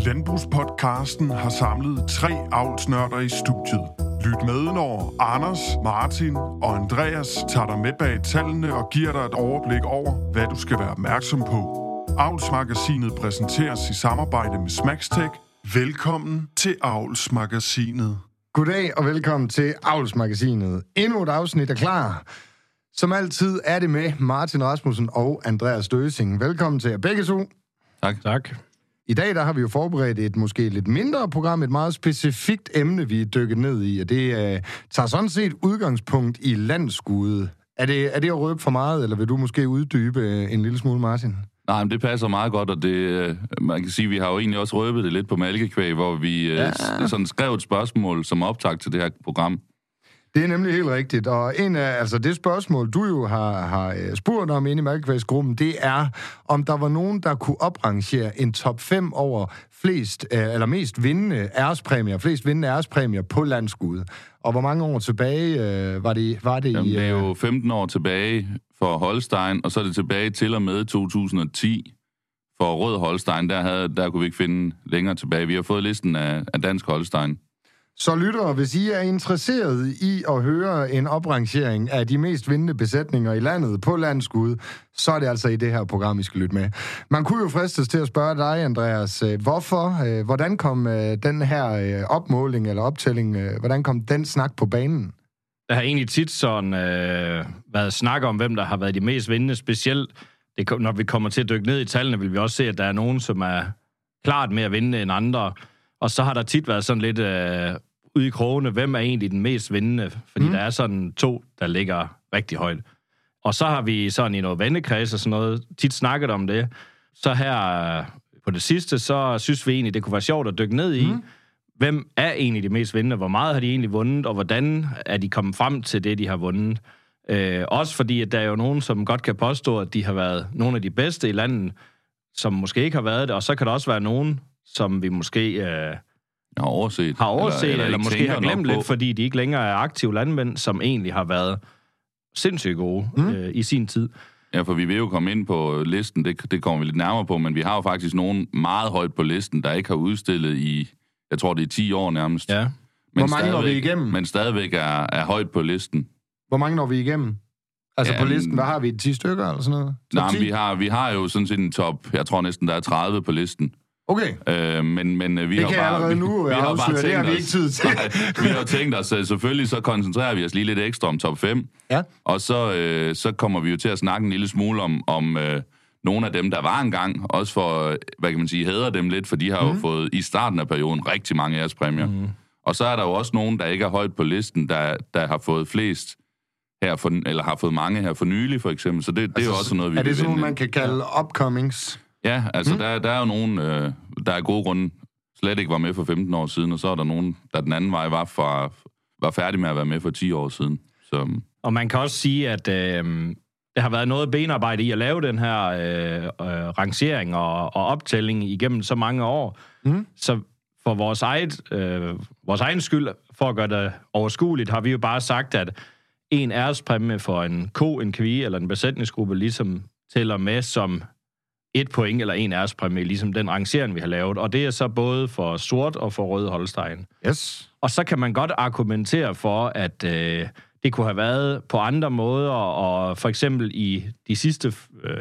Landbrugspodcasten har samlet 3 avlsnørder i studiet. Lyt med, når Anders, Martin og Andreas tager dig med bag tallene og giver dig et overblik over, hvad du skal være opmærksom på. Avlsmagasinet præsenteres i samarbejde med Smackstech. Velkommen til Avlsmagasinet. Goddag og velkommen til Avlsmagasinet. Endnu et afsnit er klar. Som altid er det med Martin Rasmussen og Andreas Døsing. Velkommen til jer begge to. Tak. I dag der har vi jo forberedt et måske lidt mindre program, et meget specifikt emne, vi er dykket ned i, og det tager sådan set udgangspunkt i landskude. Er det at røbe for meget, eller vil du måske uddybe en lille smule, Martin? Nej, men det passer meget godt, og det, man kan sige, vi har jo egentlig også røbet det lidt på Malkekvæg, hvor vi sådan skrev et spørgsmål som optag til det her program. Det er nemlig helt rigtigt, og en af det spørgsmål, du jo har spurgt om inde i Malkekvægsgruppen, det er, om der var nogen, der kunne oprangere en top 5 over mest vindende ærespræmier på landskude. Og hvor mange år tilbage var det? Jamen, det er jo 15 år tilbage for Holstein, og så er det tilbage til og med 2010 for Rød Holstein. Der kunne vi ikke finde længere tilbage. Vi har fået listen af Dansk Holstein. Så lyttere, hvis I er interesseret i at høre en oprangering af de mest vindende besætninger i landet på landskud, så er det altså i det her program, I skal lytte med. Man kunne jo fristes til at spørge dig, Andreas, hvordan kom den her opmåling eller optælling, hvordan kom den snak på banen? Der har egentlig tit sådan været snak om, hvem der har været de mest vindende. Specielt, når vi kommer til at dykke ned i tallene, vil vi også se, at der er nogen, som er klart mere vindende end andre. Og så har der tit været sådan lidt ude i krogene, hvem er egentlig den mest vindende? Fordi der er sådan 2, der ligger rigtig højt. Og så har vi sådan i noget vennekreds og sådan noget tit snakket om det. Så her på det sidste, så synes vi egentlig, det kunne være sjovt at dykke ned i. Hvem er egentlig de mest vindende? Hvor meget har de egentlig vundet? Og hvordan er de kommet frem til det, de har vundet? Også fordi, at der er jo nogen, som godt kan påstå, at de har været nogle af de bedste i landet, som måske ikke har været det. Og så kan der også være nogen, som vi måske har overset eller måske har glemt lidt, fordi de ikke længere er aktive landmænd, som egentlig har været sindssygt gode i sin tid. Ja, for vi vil jo komme ind på listen, det kommer vi lidt nærmere på, men vi har jo faktisk nogen meget højt på listen, der ikke har udstillet i, jeg tror det er 10 år nærmest. Ja. Hvor mange når vi igennem? Men stadigvæk er højt på listen. Hvor mange når vi igennem? Altså på listen, hvad har vi? 10 stykker eller sådan noget? Nej, vi har jo sådan set en top, jeg tror næsten der er 30 på listen. Okay. Men vi det har kan bare... allerede nu afsløre, det har vi ikke tid til. Vi har tænkt os, selvfølgelig så koncentrerer vi os lige lidt ekstra om top 5. Ja. Og så kommer vi jo til at snakke en lille smule om nogle af dem, der var engang. Også for, hvad kan man sige, hædre dem lidt, for de har jo fået i starten af perioden rigtig mange ærespræmier. Og så er der jo også nogen, der ikke er højt på listen, der har fået flest eller har fået mange her for nylig, for eksempel. Så det er jo også noget, vi er det sådan, man kan kalde upcomings? Ja, altså der er jo nogen, der af gode grunde slet ikke var med for 15 år siden, og så er der nogen, der den anden vej var færdig med at være med for 10 år siden. Så. Og man kan også sige, at der har været noget benarbejde i at lave den her rangering og optælling igennem så mange år. Så for vores egen skyld, for at gøre det overskueligt, har vi jo bare sagt, at en ærespræmie for en ko, en kvie eller en besætningsgruppe ligesom tæller med som 1 point eller 1 ærespræmie, ligesom den rangering, vi har lavet. Og det er så både for sort og for rød Holstein. Yes. Og så kan man godt argumentere for, at det kunne have været på andre måder, og for eksempel i de sidste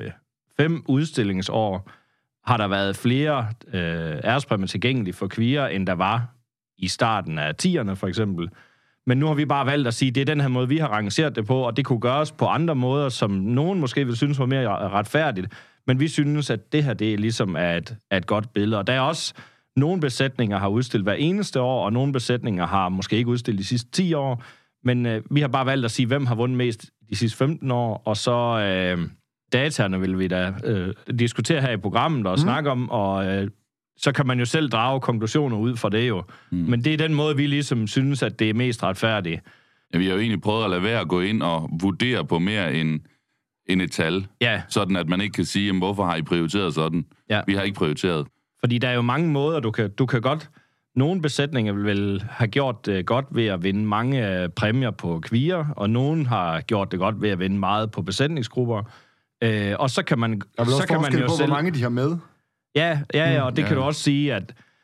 5 udstillingsår har der været flere ærespræmier tilgængelige for kvier, end der var i starten af 10'erne for eksempel. Men nu har vi bare valgt at sige, at det er den her måde, vi har rangeret det på, og det kunne gøres på andre måder, som nogen måske vil synes var mere retfærdigt. Men vi synes, at det her, det er ligesom et godt billede. Og der er også nogle besætninger, har udstillet hver eneste år, og nogle besætninger har måske ikke udstillet de sidste 10 år. Men vi har bare valgt at sige, hvem har vundet mest de sidste 15 år, og så dataerne vil vi da diskutere her i programmet og snakke om, og så kan man jo selv drage konklusioner ud fra det jo. Men det er den måde, vi ligesom synes, at det er mest retfærdigt. Ja, vi har jo egentlig prøvet at lade være at gå ind og vurdere på mere end et tal, sådan at man ikke kan sige, hvorfor har I prioriteret sådan? Ja. Vi har ikke prioriteret. Fordi der er jo mange måder, du kan godt... Nogle besætninger vil have gjort det godt ved at vinde mange præmier på kvier, og nogen har gjort det godt ved at vinde meget på besætningsgrupper. Og så kan man, så kan man jo på, selv... hvor mange de har med. Ja, og det kan du også sige, at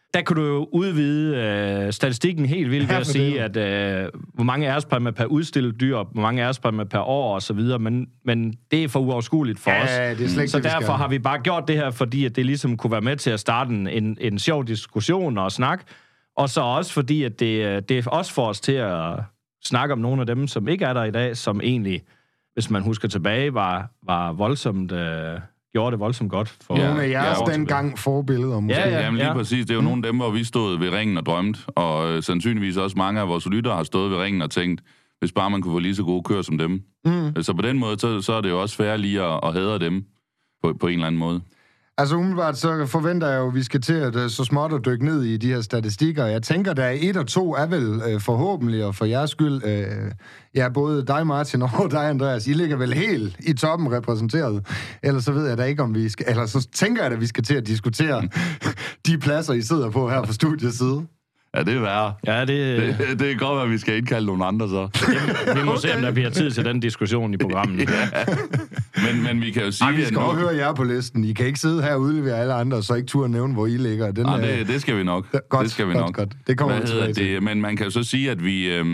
Der kan du jo udvide statistikken helt vildt ved at sige, at hvor mange ærespræmier per udstillet dyr, hvor mange ærespræmier per år og så videre, men det er for uoverskueligt for os. Det er slet så derfor har vi bare gjort det her, fordi at det ligesom kunne være med til at starte en sjov diskussion og snak, og så også fordi, at det også får os til at snakke om nogle af dem, som ikke er der i dag, som egentlig, hvis man husker tilbage, var voldsomt... gjorde det voldsomt godt. For nogle af jeres dengang forbilleder, måske. Jamen lige præcis. Det er jo nogle af dem, hvor vi stod ved ringen og drømte, og sandsynligvis også mange af vores lyttere har stået ved ringen og tænkt, hvis bare man kunne få lige så gode kører som dem. Så på den måde, så er det jo også fair lige at hædre dem på en eller anden måde. Altså umiddelbart, så forventer jeg jo, at vi skal til at så småt at dykke ned i de her statistikker. Jeg tænker, der 1 og 2 er vel forhåbentlig, og for jeres skyld, både dig, Martin, og dig, Andreas, I ligger vel helt i toppen repræsenteret. Ellers så ved jeg da ikke, om vi skal... Eller så tænker jeg, at vi skal til at diskutere de pladser, I sidder på her fra studiets side. Ja, det er værre. Ja, det er godt, at vi skal indkalde nogle andre så. Vi må se, om der bliver tid til den diskussion i programmet. Men vi kan jo sige... vi skal også høre jer på listen. I kan ikke sidde her og udlevere alle andre, så ikke turde nævne, hvor I ligger. Det skal vi nok. Godt. Det kommer vi tilbage til. Men man kan jo så sige, at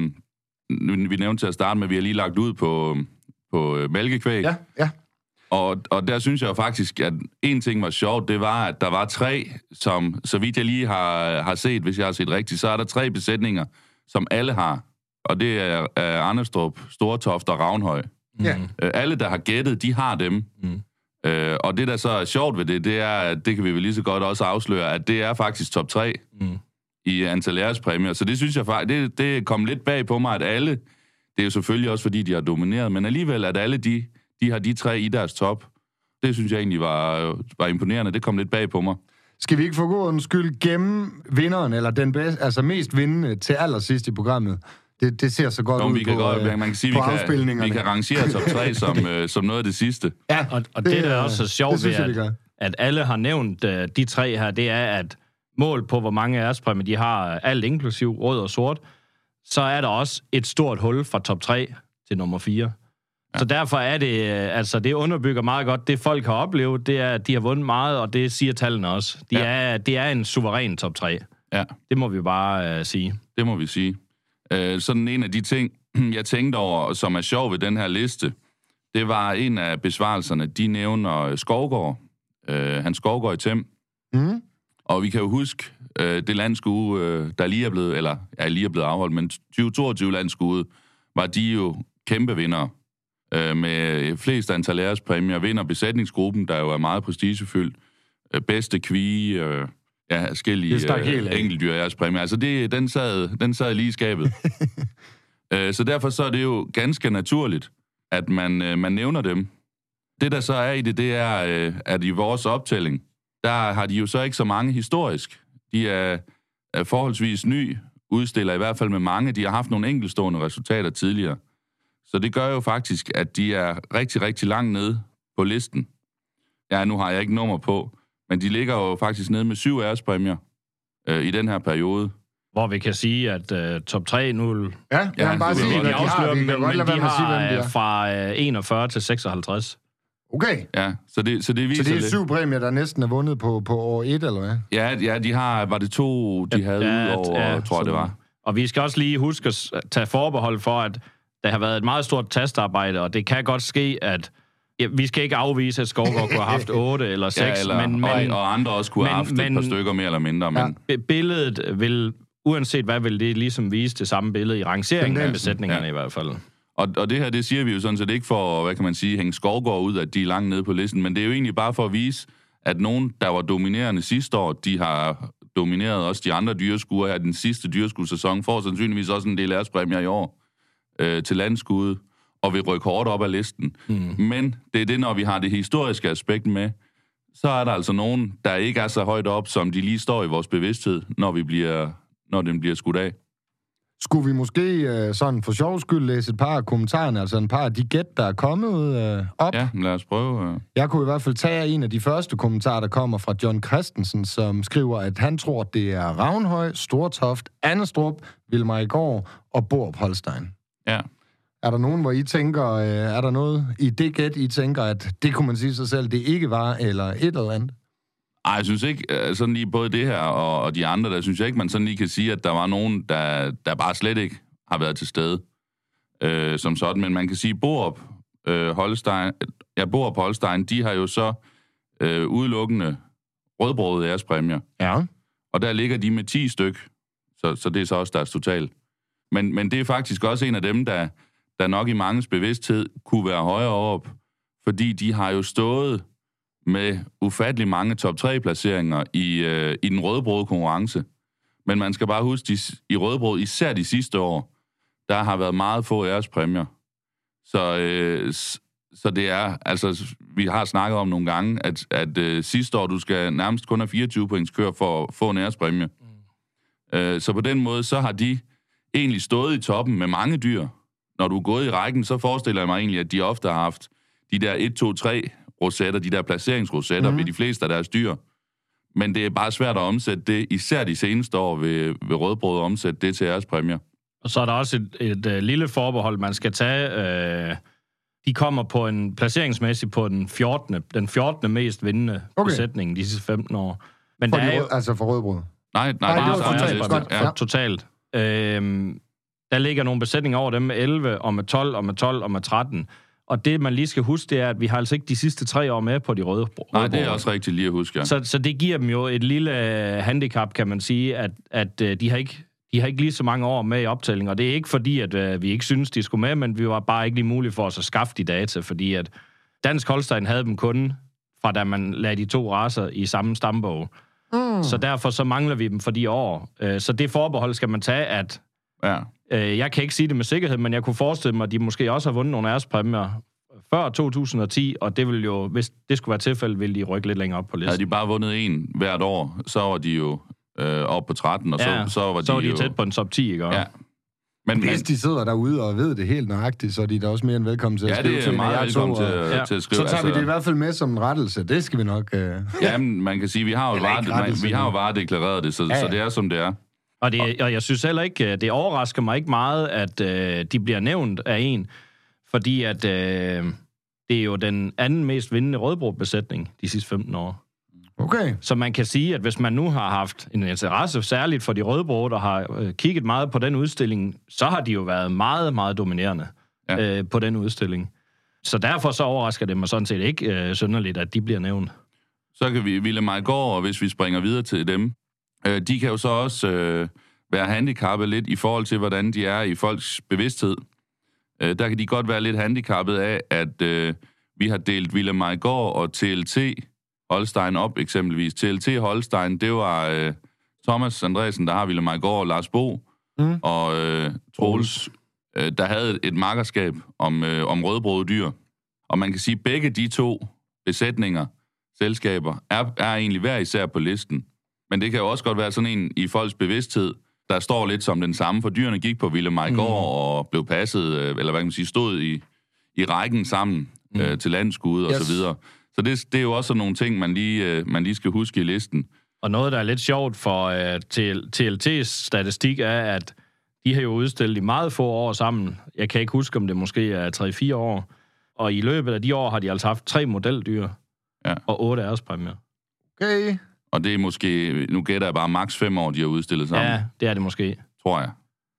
vi nævnte til at starte med, at vi har lige lagt ud på mælkekvæg. Ja. Og der synes jeg jo faktisk, at en ting var sjovt, det var, at der var 3, som, så vidt jeg lige har set, hvis jeg har set rigtigt, så er der 3 besætninger, som alle har. Og det er Anderstrup, Stortoft og Ravnhøj. Ja. Alle, der har gættet, de har dem. Og det, der så er sjovt ved det er, at det kan vi vel lige så godt også afsløre, at det er faktisk top 3 i antal ærespræmier. Så det synes jeg faktisk, det kom lidt bag på mig, at alle, det er jo selvfølgelig også, fordi de har domineret, men alligevel, at alle de har de 3 i deres top. Det synes jeg egentlig var imponerende. Det kom lidt bag på mig. Skal vi ikke for god ordens skyld gemme vinderen, eller den bedste, altså mest vindende til allersidst i programmet? Det ser så godt ud vi kan på, man kan sige, vi kan rangere top 3 som noget af det sidste. Ja, og det der er også så sjovt ved, at alle har nævnt de 3 her, det er, at mål på, hvor mange ærespræmier de har, alt inklusiv rød og sort, så er der også et stort hul fra top 3 til nummer 4. Ja. Så derfor er det, det underbygger meget godt, det folk har oplevet, det er, at de har vundet meget, og det siger tallene også. Det er en suveræn top 3. Ja. Det må vi bare sige. Det må vi sige. Sådan en af de ting, jeg tænkte over, som er sjov ved den her liste, det var en af besvarelserne, de nævner Skovgaard. Hans Skovgaard i Them. Og vi kan jo huske, det landskue, der lige er blevet afholdt, men 2022 landskue, var de jo kæmpe vindere. Med flest antal ærespræmier, vinder besætningsgruppen, der jo er meget prestigefyldt, bedste kvige, forskellige enkeltdyr ærespræmier. Altså den sad lige i skabet. Så derfor så er det jo ganske naturligt, at man nævner dem. Det der så er i det er, at i vores optælling, der har de jo så ikke så mange historisk. De er forholdsvis ny udstiller, i hvert fald med mange. De har haft nogle enkeltstående resultater tidligere. Så det gør jo faktisk, at de er rigtig, rigtig langt nede på listen. Ja, nu har jeg ikke nummer på, men de ligger jo faktisk nede med 7 ærespræmier i den her periode. Hvor vi kan sige, at top 3 nu... Ja, jeg kan bare sige, at de har, men de har fra 41 til 56. Okay. Ja, så det viser det. Så det er 7 præmier, der næsten er vundet på år 1, eller hvad? Ja, de har... Var det 2, de havde ud over, tror jeg, det var. Og vi skal også lige huske at tage forbehold for, at der har været et meget stort testarbejde, og det kan godt ske, at vi skal ikke afvise, at Skovgaard kunne have haft 8 eller 6, og andre også kunne have haft et par stykker mere eller mindre. Men billedet vil, uanset hvad, vil det ligesom vise det samme billede i rangeringen af besætningerne i hvert fald. Og det her, det siger vi jo sådan set ikke for, hvad kan man sige, hænge Skovgaard ud, at de er langt nede på listen, men det er jo egentlig bare for at vise, at nogen, der var dominerende sidste år, de har domineret også de andre dyreskuer her. Den sidste dyreskuesæson får sandsynligvis også en del ærespræmier i år til landskuet, og vil rykke hårdt op af listen. Men det er det, når vi har det historiske aspekt med, så er der altså nogen, der ikke er så højt op, som de lige står i vores bevidsthed, når den bliver skudt af. Skulle vi måske sådan for sjov skyld læse et par af kommentarerne, altså en par af de gæt, der er kommet op? Ja, lad os prøve. Jeg kunne i hvert fald tage en af de første kommentarer, der kommer fra John Christensen, som skriver, at han tror, det er Ravnhøj, Stortoft, Anderstrup, Vilmaregård og Borup Holstein. Ja. Er der nogen, hvor I tænker, er der noget i det gæt, I tænker, at det kunne man sige sig selv, det ikke var, eller et eller andet? Ej, jeg synes ikke, sådan lige både det her og de andre, der synes jeg ikke, man sådan lige kan sige, at der var nogen, der bare slet ikke har været til stede som sådan. Men man kan sige, Borup Holstein, de har jo så udelukkende rødbrødede ærespræmier. Ja. Og der ligger de med 10 styk, så det er så også deres total. Men det er faktisk også en af dem, der nok i manges bevidsthed kunne være højere op, fordi de har jo stået med ufattelig mange top 3-placeringer i den rødbrøde konkurrence. Men man skal bare huske, i rødbrød, især de sidste år, der har været meget få ærespræmier. Så det er, altså, vi har snakket om nogle gange, at sidste år, du skal nærmest kun have 24 points kør for at få en ærespræmie. Så på den måde, så har de egentlig stået i toppen med mange dyr. Når du er gået i rækken, så forestiller jeg mig egentlig, at de ofte har haft de der 1, 2, 3 rosetter, de der placeringsrosetter ved de fleste af deres dyr. Men det er bare svært at omsætte det, især de seneste år ved rødbrød, at omsætte det til ærespræmier. Og så er der også et lille forbehold, man skal tage. De kommer på en placeringsmæssigt på den 14. mest vindende besætning de sidste 15 år. Men For der er jo... Altså for rødbrød? Nej, det var totalt. Der ligger nogle besætninger over dem med 11, og med 12, og med 12, og med 13. Og det, man lige skal huske, det er, at vi har altså ikke de sidste 3 år med på de røde. Nej, det er også rigtigt lige at huske, ja. Så det giver dem jo et lille handicap, kan man sige, at de har ikke lige så mange år med i optælling, og det er ikke fordi, at vi ikke synes, de skulle med, men vi var bare ikke lige mulige for os at skaffe de data, fordi at Dansk Holstein havde dem kun fra da man lagde de 2 racer i samme stambog. Så derfor så mangler vi dem for de år. Så det forbehold skal man tage, at jeg kan ikke sige det med sikkerhed, men jeg kunne forestille mig, at de måske også har vundet nogle ærespræmier før 2010, og det vil jo, hvis det skulle være tilfældet, ville de rykke lidt længere op på listen. Havde de bare vundet en hvert år, så var de jo op på 13, og så var de jo tæt på en top 10, ikke? Ja. Men hvis de sidder derude og ved det helt nøjagtigt, så er de da også mere end velkommen til at skrive til. Ja, det er meget velkommen til at skrive. Så tager vi det i hvert fald med som en rettelse. Det skal vi nok... Jamen, man kan sige, vi har jo bare deklareret det, så det er, som det er. Og jeg synes heller ikke, det overrasker mig ikke meget, at de bliver nævnt af en, fordi at det er jo den anden mest vindende rødbrødbesætning de sidste 15 år. Okay. Så man kan sige, at hvis man nu har haft en interesse særligt for de rødbrød, der har kigget meget på den udstilling, så har de jo været meget, meget dominerende på den udstilling. Så derfor så overrasker det mig sådan set ikke synderligt, at de bliver nævnt. Så kan vi Ville Majgaard, og hvis vi springer videre til dem, de kan jo så også være handicappet lidt i forhold til, hvordan de er i folks bevidsthed. Der kan de godt være lidt handicappet af, at vi har delt Ville Majgaard og TLT Holstein op, eksempelvis. TLT Holstein, det var Thomas Andresen, der har Ville Majgaard, og Lars Bo, og Troels, der havde et makkerskab om rødbrøde dyr. Og man kan sige, at begge de 2 besætninger, selskaber, er egentlig hver især på listen. Men det kan jo også godt være sådan en i folks bevidsthed, der står lidt som den samme, for dyrene gik på Ville Majgaard og blev passet, eller hvad kan man sige, stod i rækken sammen til landskud og så videre. Så det er jo også nogle ting, man lige skal huske i listen. Og noget, der er lidt sjovt for TLT's statistik, er, at de har jo udstillet i meget få år sammen. Jeg kan ikke huske, om det måske er 3-4 år. Og i løbet af de år har de altså haft 3 modeldyr og 8 ærespræmier. Okay. Og det er måske, nu gætter jeg bare, maks 5 år, de har udstillet sammen. Ja, det er det måske. Tror jeg.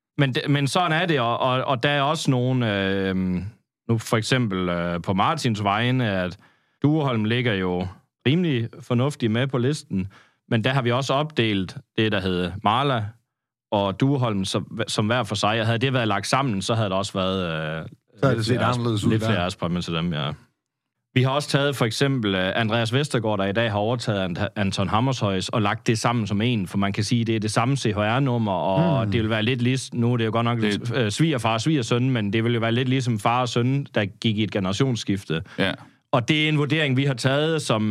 Men sådan er det, og der er også nogle, nu for eksempel på Martins vegne, at Dueholm ligger jo rimelig fornuftigt med på listen, men der har vi også opdelt det, der hedder Marla og Dueholm som hver for sig. Havde det været lagt sammen, så havde der også været lidt flere ærespræmier til dem, ja. Vi har også taget for eksempel Andreas Vestergaard, der i dag har overtaget Anton Hammershøjs, og lagt det sammen som en, for man kan sige, det er det samme CHR-nummer, og det vil være lidt ligesom, nu er det jo godt nok svigerfar og svigersøn, men det vil jo være lidt ligesom far og søn, der gik i et generationsskifte. Ja. Og det er en vurdering, vi har taget, som,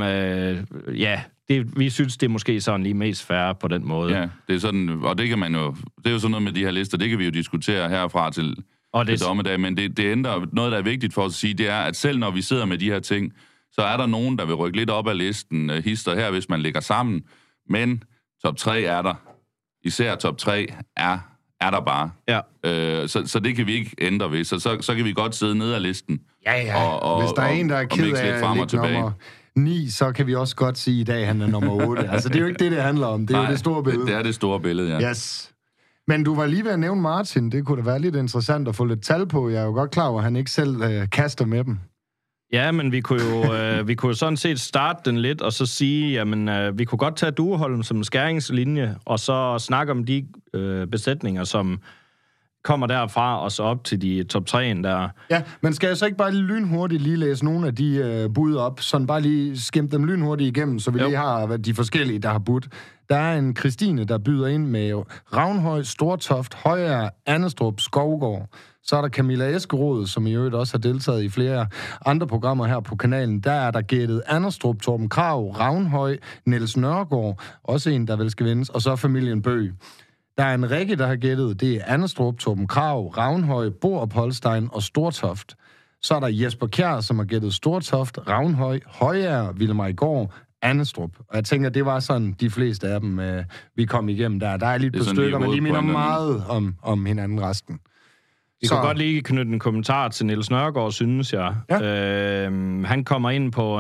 vi synes, det er måske sådan lige mest fair på den måde. Ja, det er sådan, og det kan man jo, det er jo sådan noget med de her lister, det kan vi jo diskutere herfra til dommedag, men det ændrer noget, der er vigtigt for os at sige, det er, at selv når vi sidder med de her ting, så er der nogen, der vil rykke lidt op ad listen, hister her, hvis man lægger sammen, men top 3 er der. Især top 3 er der bare. Ja. Så det kan vi ikke ændre ved, så kan vi godt sidde ned ad listen. Ja. Og hvis der er en, der er ked af 9, så kan vi også godt sige, at i dag han er nummer 8. Altså, det er jo ikke det handler om. Det er jo det store billede. Det er det store billede, ja. Yes. Men du var lige ved at nævne Martin. Det kunne da være lidt interessant at få lidt tal på. Jeg er jo godt klar over, at han ikke selv kaster med dem. Ja, men vi kunne jo sådan set starte den lidt, og så sige, jamen, vi kunne godt tage Dueholm som skæringslinje, og så snakke om de besætninger, som kommer derfra, og så op til de top 3'en der. Ja, men skal jeg så ikke bare lynhurtigt lige læse nogle af de bud op, sådan bare lige skimpe dem lynhurtigt igennem, så vi lige har de forskellige, der har budt. Der er en Christine, der byder ind med Ravnhøj, Stortoft, Højer, Annestrup, Skovgård. Så er der Camilla Eskerud, som i øvrigt også har deltaget i flere andre programmer her på kanalen. Der er der gættet Annestrup, Torben Krag, Ravnhøj, Niels Nørgaard, også en, der vel skal vindes, og så familien Bøg. Der er en Rikke, der har gættet, det er Annestrup, Torben Krag, Ravnhøj, Borup Holstein og Stortoft. Så er der Jesper Kjær, som har gættet Stortoft, Ravnhøj, Højer, Villemajgård, Annestrup. Og jeg tænker, det var sådan de fleste af dem, vi kom igennem der. Der er lidt på stykker, men de minder meget om hinanden resten. Vi kunne godt lige knytte en kommentar til Niels Nørgaard, synes jeg. Ja. Han kommer ind på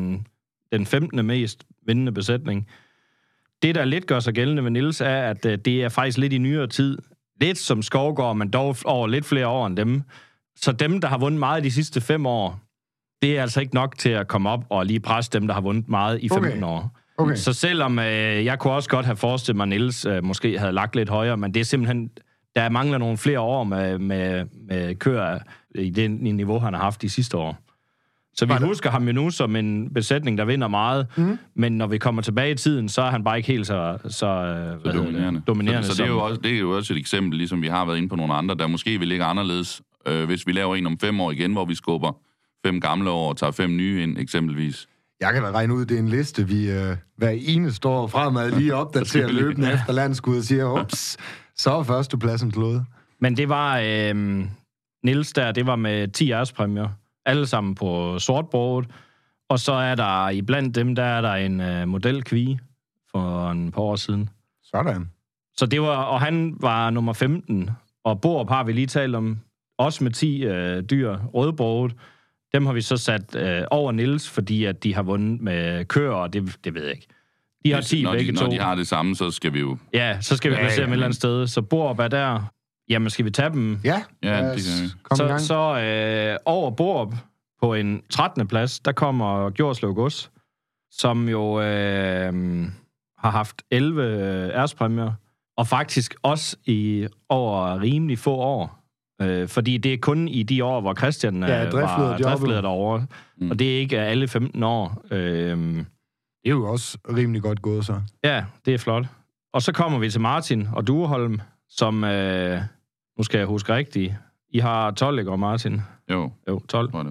den 15. mest vindende besætning. Det, der lidt gør sig gældende ved Niels, er, at det er faktisk lidt i nyere tid. Lidt som Skovgård, men dog over lidt flere år end dem. Så dem, der har vundet meget de sidste 5 år, det er altså ikke nok til at komme op og lige presse dem, der har vundet meget i 15 år. Okay. Så selvom jeg kunne også godt have forestillet mig, at Niels måske havde lagt lidt højere, men det er simpelthen... Der mangler nogle flere år med køer i det niveau, han har haft de sidste år. Så vi husker ham jo nu som en besætning, der vinder meget, men når vi kommer tilbage i tiden, så er han bare ikke helt så dominerende. Så det er jo også et eksempel, ligesom vi har været inde på nogle andre, der måske vil ligge anderledes, hvis vi laver en om 5 år igen, hvor vi skubber 5 gamle år og tager 5 nye ind, eksempelvis. Jeg kan da regne ud, det er en liste, vi hver eneste år fremad lige opdaterer løbende efter landskud og siger, ups, så er førstepladsen slået. Men det var Niels der, det var med 10 ærespræmier. Alle sammen på sortbordet. Og så er der, iblandt dem, der er der en modelkvie for et par år siden. Sådan. Så det var, og han var nummer 15. Og Borup har vi lige talt om, også med 10 dyr, rødbordet. Dem har vi så sat over Niels, fordi at de har vundet med køer, og det ved jeg ikke. De har 10 begge to. Når de har det samme, så skal vi jo... Ja, så skal vi placere dem et eller andet sted. Så Borup er der. Jamen, skal vi tage dem? Ja, det kan vi. Så over Borup på en 13. plads, der kommer Gjorslev Gods, som jo har haft 11 ærespræmier, og faktisk også i over rimelig få år. Fordi det er kun i de år, hvor Christian var driftleder derovre, og det er ikke alle 15 år. Det er jo også rimelig godt gået, så. Ja, det er flot. Og så kommer vi til Martin og Dueholm, som, nu skal jeg huske rigtigt, I har 12, ikke, Martin? Jo, 12. Tror det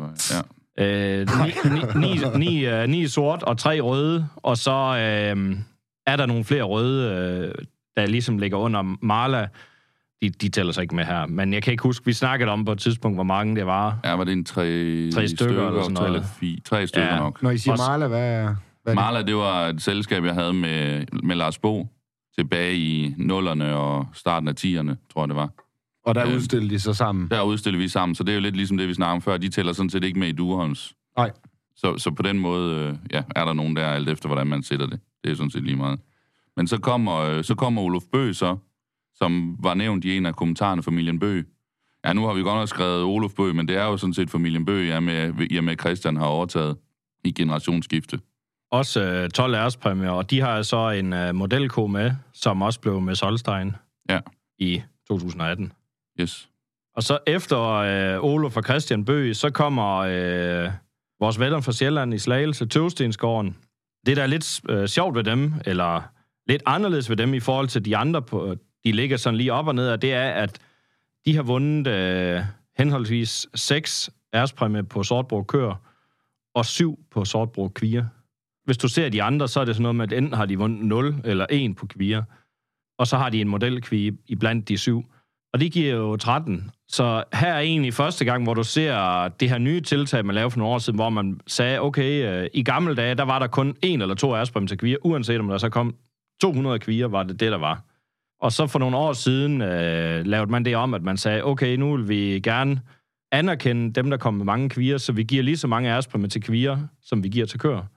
var, ja. 9 sort og 3 røde, og så er der nogle flere røde, der ligesom ligger under Marla. De tæller sig ikke med her, men jeg kan ikke huske, vi snakkede om på et tidspunkt, hvor mange det var. Ja, var det en 3 stykker eller sådan noget? 3 stykker nok. Når I siger Marla, hvad Marla, det var et selskab, jeg havde med Lars Bo tilbage i 0'erne og starten af 10'erne, tror jeg det var. Og der udstillede de så sammen? Der udstillede vi sammen, så det er jo lidt ligesom det, vi snakkede om før. De tæller sådan set ikke med i Dueholms. Nej. Så på den måde, er der nogen der, alt efter hvordan man sætter det. Det er sådan set lige meget. Men så kommer Olof Bøg så, som var nævnt i en af kommentarerne, familien Bøg. Ja, nu har vi godt nok skrevet Olof Bøg, men det er jo sådan set familien Bøg, i og med Christian har overtaget i generationsskifte. Også 12 ærespræmier, og de har så en modelko med, som også blev med Solstein i 2018. Yes. Og så efter Olof og Christian Bøg, så kommer vores venner fra Sjælland i Slagelse, Tøvstensgården. Det, der er lidt sjovt ved dem, eller lidt anderledes ved dem i forhold til de andre, de ligger sådan lige op og ned, og det er, at de har vundet henholdsvis 6 ærespræmier på sortbrug køer, og 7 på sortbrug kvier. Hvis du ser de andre, så er det sådan noget med, at enten har de vundet 0 eller 1 på kvier, og så har de en modelkvie i blandt de 7. Og det giver jo 13. Så her er egentlig første gang, hvor du ser det her nye tiltag, man lavede for nogle år siden, hvor man sagde, okay, i gamle dage, der var der kun 1 eller 2 ærespræmier til kvier, uanset om der så kom 200 kvier, var det der var. Og så for nogle år siden lavede man det om, at man sagde, okay, nu vil vi gerne anerkende dem, der kommer med mange kvier, så vi giver lige så mange ærespræmier til kvier, som vi giver til køer.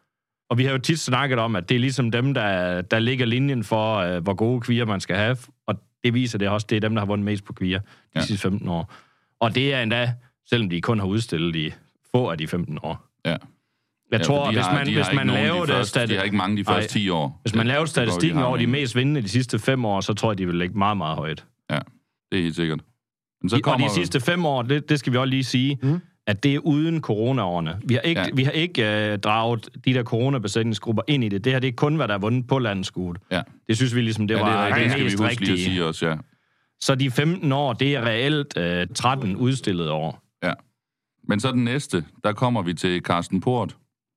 Og vi har jo tit snakket om, at det er ligesom dem, der ligger linjen for, hvor gode kvier man skal have. Og det viser det også, det er dem, der har vundet mest på kvier de sidste 15 år. Og det er endda, selvom de kun har udstillet i få af de 15 år. Ja. Jeg tror, hvis man laver det... De har ikke mange de første 10 år. Hvis man laver statistikken over de mest vindende de sidste 5 år, så tror jeg, de vil ligge meget, meget højt. Ja, det er helt sikkert. Men så kommer... Og de sidste 5 år, det skal vi også lige sige, at det er uden coronaårene. Vi har ikke draget de der coronabesætningsgrupper ind i det. Det her, det er kun, hvad der er vundet på landskuet. Ja. Det synes vi ligesom, det var det mest rigtige. At sige også, ja. Så de 15 år, det er reelt 13 udstillede år. Ja. Men så den næste, der kommer vi til Carsten Port.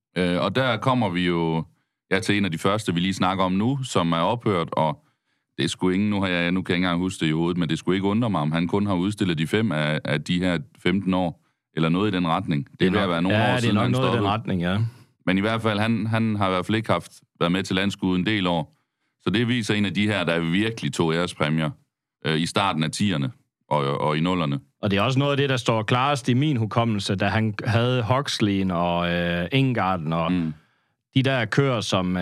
Og der kommer vi jo til en af de første, vi lige snakker om nu, som er ophørt, og det er sgu ingen, nu kan jeg ikke engang huske det i hovedet, men det skulle ikke undre mig, om han kun har udstillet de 5 af de her 15 år, eller noget i den retning. Det er ved at være nogle år siden, han stoppede. Ja, det er nok noget i den retning, ja. Men i hvert fald, han har i hvert fald ikke været med til landskuet en del år. Så det viser en af de her, der virkelig tog ærespræmier i starten af 10'erne og i 0'erne. Og det er også noget af det, der står klarest i min hukommelse, da han havde Huxley og Engarden og de der kører, som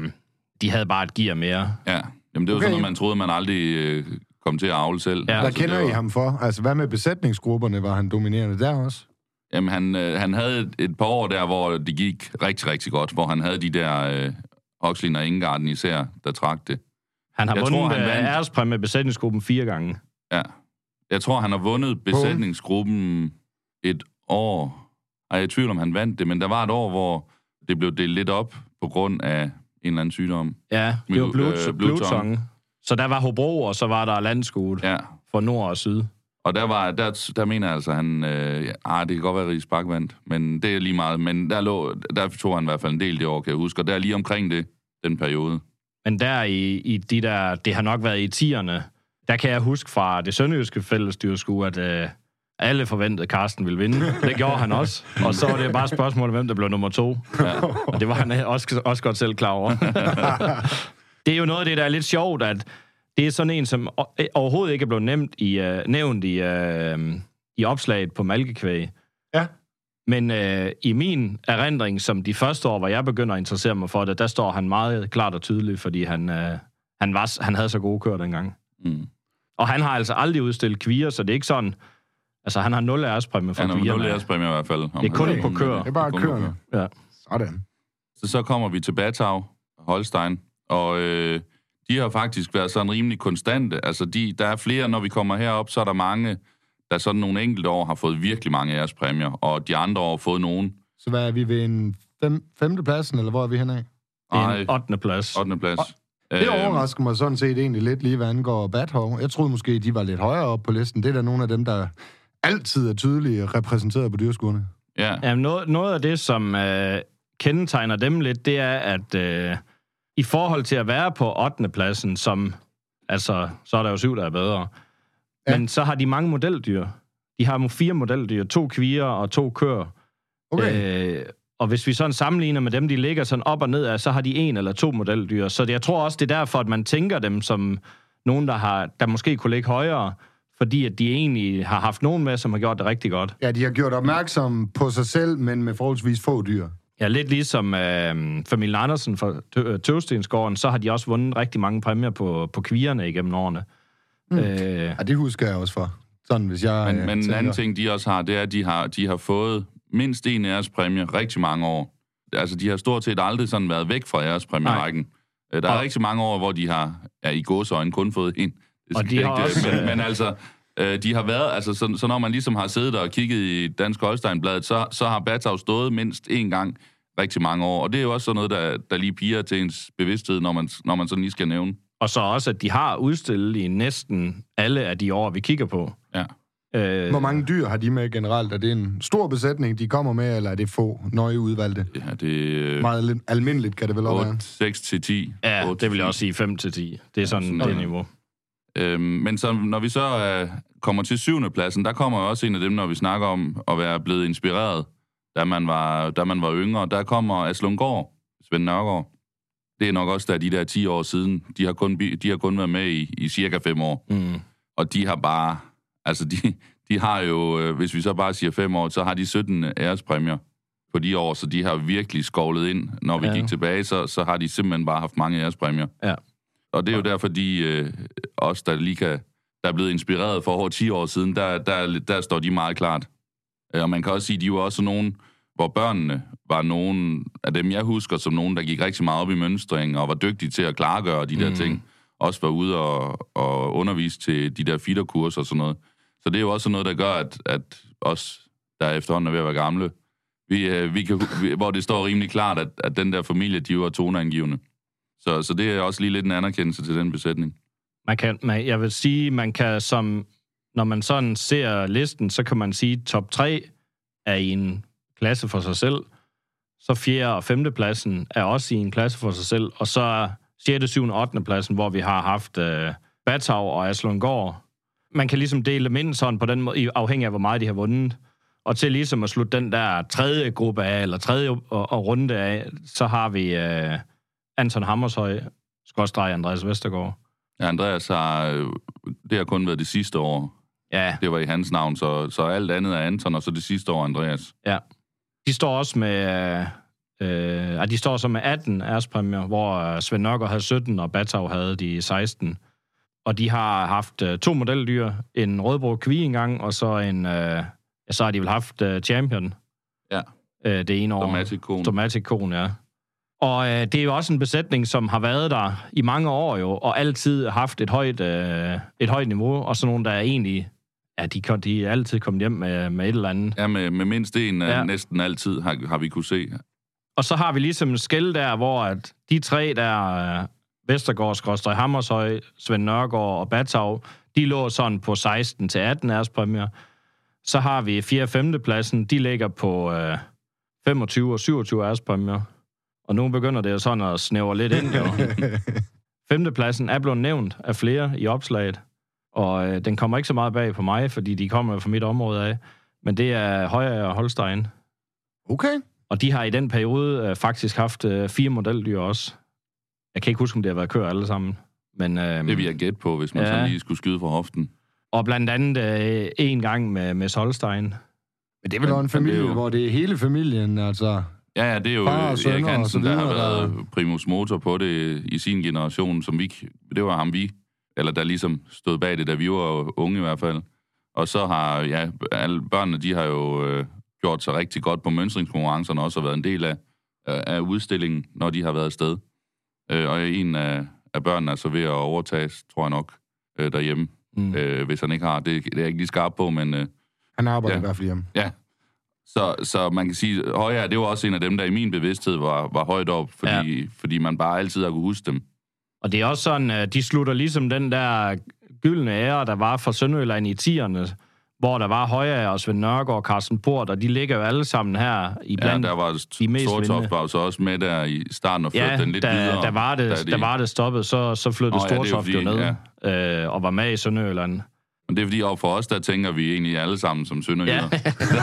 de havde bare et gear mere. Ja, jamen det var sådan noget, man troede, man aldrig kom til at avle selv. Ja. Hvad kender I ham for? Altså, hvad med besætningsgrupperne? Var han dominerende der også? Jamen, han havde et par år der, hvor det gik rigtig, rigtig godt, hvor han havde de der Huxley og Engarden især, der trak det. Han har vundet ærespræmie besætningsgruppen 4 gange. Ja. Jeg tror, han har vundet besætningsgruppen et år. Jeg er i tvivl om, han vandt det, men der var et år, hvor det blev delt lidt op på grund af en eller anden sygdom. Ja, det var blodtongue. Så der var Hobro, og så var der landskuet for nord og syd. Og der mener jeg altså, han... det kan godt være, at Ries Bak vandt, men det er lige meget. Men der tog han i hvert fald en del det år, kan jeg huske. Og der lige omkring den periode. Men der i de der... Det har nok været i 10'erne. Der kan jeg huske fra det sønderjyske fællesstyrskue, at alle forventede, Carsten ville vinde. Det gjorde han også. Og så var det bare spørgsmålet, hvem der blev nummer 2. Ja. Og det var han også godt selv klar over. Det er jo noget af det, der er lidt sjovt, at det er sådan en, som overhovedet ikke er blevet nævnt i opslaget på malkekvæg. Ja. Men i min erindring, som de første år, hvor jeg begynder at interessere mig for det, der står han meget klart og tydeligt, fordi han havde så gode kører dengang. Mm. Og han har altså aldrig udstillet kvier, så det er ikke sådan... Altså, han har 0 ærespræmie for kvierne. Han har 0 ærespræmie i hvert fald. Det er kun på kører. Det er bare kørende. Ja. Sådan. Så kommer vi til Batau, Holstein, og de har faktisk været sådan rimelig konstante. Altså, der er flere, når vi kommer herop, så er der mange, der sådan nogle enkelte år har fået virkelig mange ærespræmier, og de andre år har fået nogen. Så hvad er vi ved en 5. pladsen, eller hvor er vi henad? Det er en 8. plads. 8. plads. Det overrasker mig sådan set egentlig lidt lige, hvad angår Batau. Jeg troede måske, de var lidt højere op på listen. Det er da nogle af dem, der altid er tydeligt repræsenteret på dyrskuerne. Ja. Jamen, noget af det, som kendetegner dem lidt, det er, at i forhold til at være på 8. pladsen, som, altså, så er der jo 7, der er bedre. Ja. Men så har de mange modeldyr. De har 4 modeldyr, 2 kvier og 2 køer. Okay. Og hvis vi sådan sammenligner med dem, de ligger sådan op og ned af, så har de 1 eller 2 modeldyr. Så jeg tror også, det er derfor, at man tænker dem som nogen, der måske kunne ligge højere, fordi at de egentlig har haft nogen med, som har gjort det rigtig godt. Ja, de har gjort opmærksom på sig selv, men med forholdsvis få dyr. Ja, lidt ligesom familien Andersen fra Tøvstensgården, så har de også vundet rigtig mange præmier på kvierne igennem årene. Ja, det husker jeg også for. Sådan, hvis jeg... Men en anden ting, de også har, det er, at de har fået mindst 1 ærespræmie rigtig mange år. Altså, de har stort set aldrig sådan været væk fra ærespræmierækken. Der er rigtig mange år, hvor de har i gåseøjne kun fået 1. Og de har også... Men altså, de har været... Altså, så når man ligesom har siddet og kigget i Dansk Holstein-bladet, så har Batau stået mindst 1 gang rigtig mange år. Og det er jo også sådan noget, der lige piger til ens bevidsthed, når man sådan lige skal nævne. Og så også, at de har udstillet i næsten alle af de år, vi kigger på. Ja. Hvor mange dyr har de med generelt? Er det en stor besætning, de kommer med, eller er det få nøje udvalgte? Ja, det... Meget almindeligt kan det vel også være? 6 til 10. Ja, 8, det vil jeg også sige 5 til 10. Det er sådan det niveau. Men så, når vi så kommer til 7. pladsen, der kommer også en af dem, når vi snakker om at være blevet inspireret, da man var yngre. Der kommer Aslundgaard, Svend Nørgaard. Det er nok også der de der 10 år siden. De har kun været med i cirka 5 år. Mm. Og de har bare... Altså, de har jo, hvis vi så bare siger 5 år, så har de 17 ærespræmier på de år, så de har virkelig skovlet ind. Når vi gik tilbage, så har de simpelthen bare haft mange ærespræmier. Ja. Og det er jo derfor, de os, der er blevet inspireret for over 10 år siden, der står de meget klart. Og man kan også sige, at de var også nogen, hvor børnene var nogen af dem, jeg husker, som nogen, der gik rigtig meget op i mønstring, og var dygtige til at klargøre de der ting. Også var ude og undervise til de der feederkurser og sådan noget. Så det er jo også noget, der gør, at os, der efterhånden er ved at være gamle, hvor det står rimelig klart, at den der familie, de var toneangivende. Så det er også lige lidt en anerkendelse til den besætning. Jeg vil sige, man kan når man sådan ser listen, så kan man sige, at top 3 er i en klasse for sig selv. Så 4. og 5. pladsen er også i en klasse for sig selv. Og så 6., 7. og 8. pladsen, hvor vi har haft Batau og Aslundgaard. Man kan ligesom dele dem ind sådan på den måde, afhængig af, hvor meget de har vundet. Og til ligesom at slutte den der 3. gruppe af, eller 3. og runde af, så har vi Anton Hammershøi, / Andreas Vestergaard. Ja, Andreas det har kun været det sidste år. Ja. Det var i hans navn, så alt andet er Anton, og så det sidste år Andreas. Ja. De står også med, de står så med 18 ærespræmier, hvor Svend Nørgaard havde 17, og Batau havde de 16. Og de har haft 2 modeldyr, en rødbrug kvi engang, og så så har de vel haft Champion. Ja. Det ene år. Stomatic Kone, ja. Og det er jo også en besætning, som har været der i mange år jo, og altid haft et højt niveau, og sådan nogle, der er egentlig, de er altid kommet hjem med et eller andet. Ja, med mindst en næsten altid har vi kunne se. Og så har vi ligesom en skel der, hvor at de 3 der, Vestergaard, Hammershøi, Svend Nørgaard og Batau, de lå sådan på 16 til 18 ærespræmier. Så har vi 4. og 5. pladsen, de ligger på 25 og 27 ærespræmier. Og nu begynder det sådan at snævre lidt ind, jo. 5. pladsen er blevet nævnt af flere i opslaget, og den kommer ikke så meget bag på mig, fordi de kommer fra mit område af, men det er Højer og Holstein. Okay. Og de har i den periode faktisk haft 4 modeldyr også. Jeg kan ikke huske, om det har været køer alle sammen. Men, det vil jeg gætte på, hvis man sådan lige skulle skyde fra hoften. Og blandt andet en gang med Holstein. Men det er vel også en familie, hvor det er hele familien, altså... Ja, det er jo Erik Hansen, der har været primus motor på det i sin generation, det var ham der ligesom stod bag det, da vi var unge i hvert fald. Og så har, alle børnene, de har jo gjort sig rigtig godt på mønstringskonkurrencerne, også har været en del af udstillingen, når de har været afsted. Og en af børnene er så ved at overtages, tror jeg nok, derhjemme, hvis han ikke har. Det er jeg ikke lige skarp på, men... Han arbejder i hvert fald hjemme. Ja. Så man kan sige, Højer, det var også en af dem, der i min bevidsthed var højt op, fordi man bare altid har kunne huske dem. Og det er også sådan, de slutter ligesom den der gyldne ære, der var for Sønderjylland i 10'erne, hvor der var Højer og Svend Nørgaard og Carsten Port, og de ligger jo alle sammen her i blandt der var de mest Stortoft var jo så også med der i starten og førte den lidt videre. Der var det stoppet, så flyttede Stortoft jo ned og var med i Sønderjylland. Men det er fordi, for os, der tænker vi egentlig alle sammen som sønderjyder. Ja.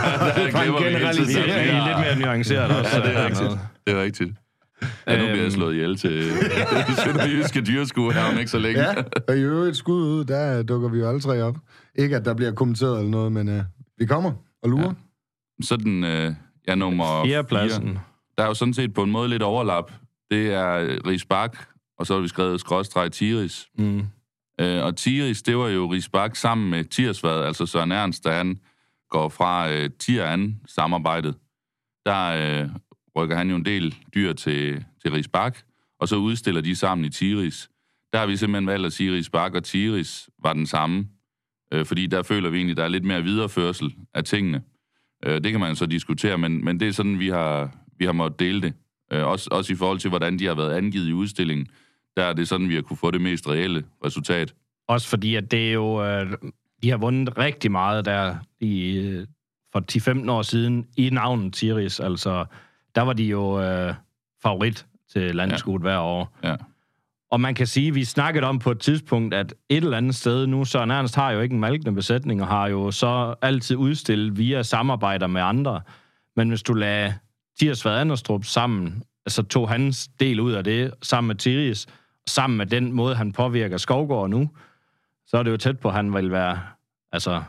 Vi er lidt mere nuanceret også. Ja, det er rigtigt. Det er rigtigt. Ja, nu bliver jeg slået ihjel til sønderjyske dyreskue her om ikke så længe. Ja, og i øvrigt skud ud, der dukker vi jo alle 3 op. Ikke, at der bliver kommenteret eller noget, men vi kommer og lurer. Ja. Så den nummer 4. pladsen. Der er jo sådan set på en måde lidt overlap. Det er Ries Bak, og så har vi skrevet / Tiris. Og Tiris, det var jo Ries Bak sammen med Tirsvad, altså Søren Ernst, da han går fra Tier-an-samarbejdet. Der rykker han jo en del dyr til Ries Bak, og så udstiller de sammen i Tiris. Der har vi simpelthen valgt at sige, at Ries Bak og Tiris var den samme, fordi der føler vi egentlig, der er lidt mere videreførsel af tingene. Det kan man så diskutere, men det er sådan, vi har måttet dele det. Også i forhold til, hvordan de har været angivet i udstillingen. Der er det sådan, vi har kunne få det mest reelle resultat. Også fordi, at det er jo... de har vundet rigtig meget der for 10-15 år siden i navnet Tiris. Altså, der var de jo favorit til landskuddet hver år. Ja. Og man kan sige, at vi snakkede om på et tidspunkt, at et eller andet sted nu, Søren Ernst har jo ikke en malkende besætning, og har jo så altid udstillet via samarbejder med andre. Men hvis du lader Tirsvad Anderstrup sammen, altså tog hans del ud af det, sammen med Tiris, sammen med den måde, han påvirker Skovgaard nu, så er det jo tæt på, at han vil være... Altså,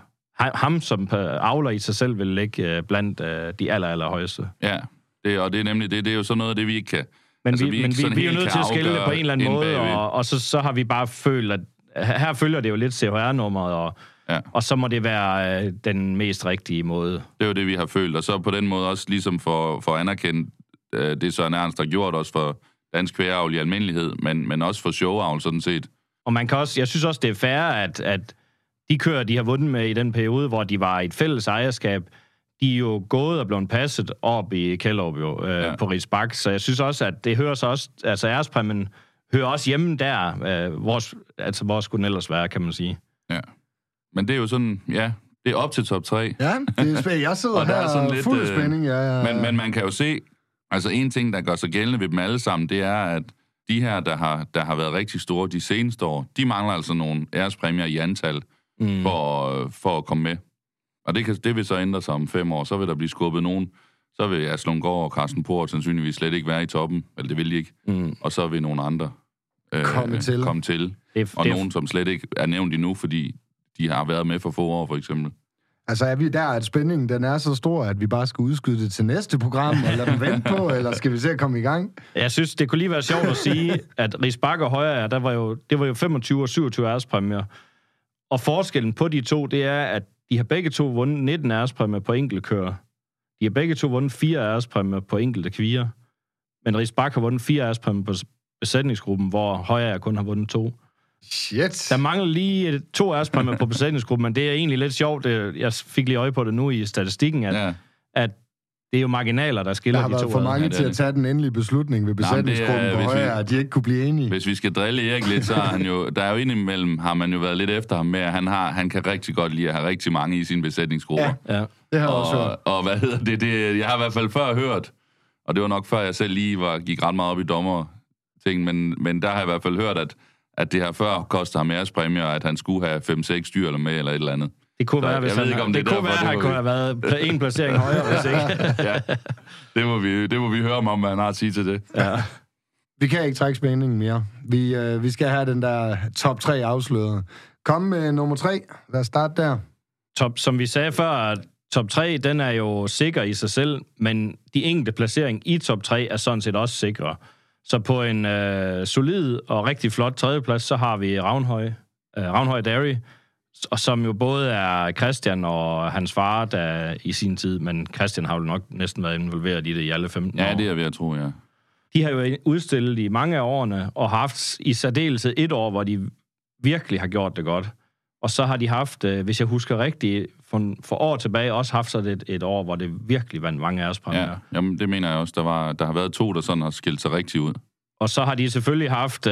ham som avler i sig selv vil ligge blandt de allerhøjeste. Ja, og det er nemlig det er jo sådan noget af det, vi ikke kan. Men altså, vi er jo nødt til at skille det på en eller anden måde, og så har vi bare følt, at her følger det jo lidt CHR-nummeret, og så må det være den mest rigtige måde. Det er jo det, vi har følt, og så på den måde også ligesom for at anerkende det, Søren Ernst har gjort, også for dansk kvægeavl i almindelighed, men også for showavl sådan set. Og man kan også, jeg synes også, det er fair, at de kører, de har vundet med i den periode, hvor de var i et fælles ejerskab, de er jo gået og blevet passet op i Kjellerup på Rigsbak, så jeg synes også, at det hører sig også, altså ærespræmien hører også hjemme der, hvor skulle den ellers være, kan man sige. Ja, men det er jo sådan, det er op til top 3. Ja, det er spændende. Jeg sidder her sådan lidt, fuld spænding. Men man kan jo se, altså en ting, der gør sig gældende ved dem alle sammen, det er, at de her, der har været rigtig store de seneste år, de mangler altså nogle ærespræmier i antal for at komme med. Og det vil så ændre sig om 5 år. Så vil der blive skubbet nogen. Så vil Aslundgaard og Carsten Port sandsynligvis slet ikke være i toppen. Eller det vil de ikke. Og så vil nogle andre komme til. Og nogen, som slet ikke er nævnt endnu, fordi de har været med for få år, for eksempel. Altså er vi der, at spændingen den er så stor, at vi bare skal udskyde det til næste program, eller den vente på, eller skal vi se at komme i gang? Jeg synes, det kunne lige være sjovt at sige, at Rigsbak og Højer, det var jo 25 og 27 ærespræmier. Og forskellen på de to, det er, at de har begge to vundet 19 ærespræmier på enkelte kører. De har begge to vundet 4 ærespræmier på enkelte kvier. Men Rigsbak har vundet 4 ærespræmier på besætningsgruppen, hvor Højer kun har vundet 2. Shit. Der mangler lige 2 ærespræmier på besætningsgruppen, men det er egentlig lidt sjovt. Jeg fik lige øje på det nu i statistikken, at det er jo marginaler, der skiller de to. Der har været for mange til at tage den endelige beslutning ved besætningsgruppen på Højer, at de ikke kunne blive enige. Hvis vi skal drille Erik lidt, så han jo, der er jo indimellem, har man jo været lidt efter ham med, at han kan rigtig godt lide at have rigtig mange i sin besætningsgruppe. Ja, det har jeg også hørt. Og hvad hedder det? Jeg har i hvert fald før hørt, og det var nok før jeg selv lige gik ret meget op i dommer-ting, men der har jeg i hvert fald hørt, at det her før kostede ham ærespræmier, at han skulle have 5-6 dyr eller med, eller et eller andet. Det kunne være, hvis han kunne have været en placering højere, hvis ikke. Ja, det må vi høre om, hvad han har at sige til det. Ja. Vi kan ikke trække spændingen mere. Vi skal have den der top 3 afsløret. Kom med nummer 3. Lad os starte der. Som vi sagde før, top 3, den er jo sikker i sig selv, men de enkelte placering i top 3 er sådan set også sikre. Så på en solid og rigtig flot tredjeplads, så har vi Ravnhøj Dairy, og som jo både er Christian og hans far, der i sin tid, men Christian har jo nok næsten været involveret i det i alle 15 år. Ja, det er ved at tro, ja. De har jo udstillet i mange af årene, og haft i særdeleshed et år, hvor de virkelig har gjort det godt. Og så har de haft, hvis jeg husker rigtigt, for år tilbage også haft sådan et år, hvor det virkelig vandt mange ærespræmier. Ja, jamen det mener jeg også. Der har været 2, der sådan har skilt sig rigtig ud. Og så har de selvfølgelig haft,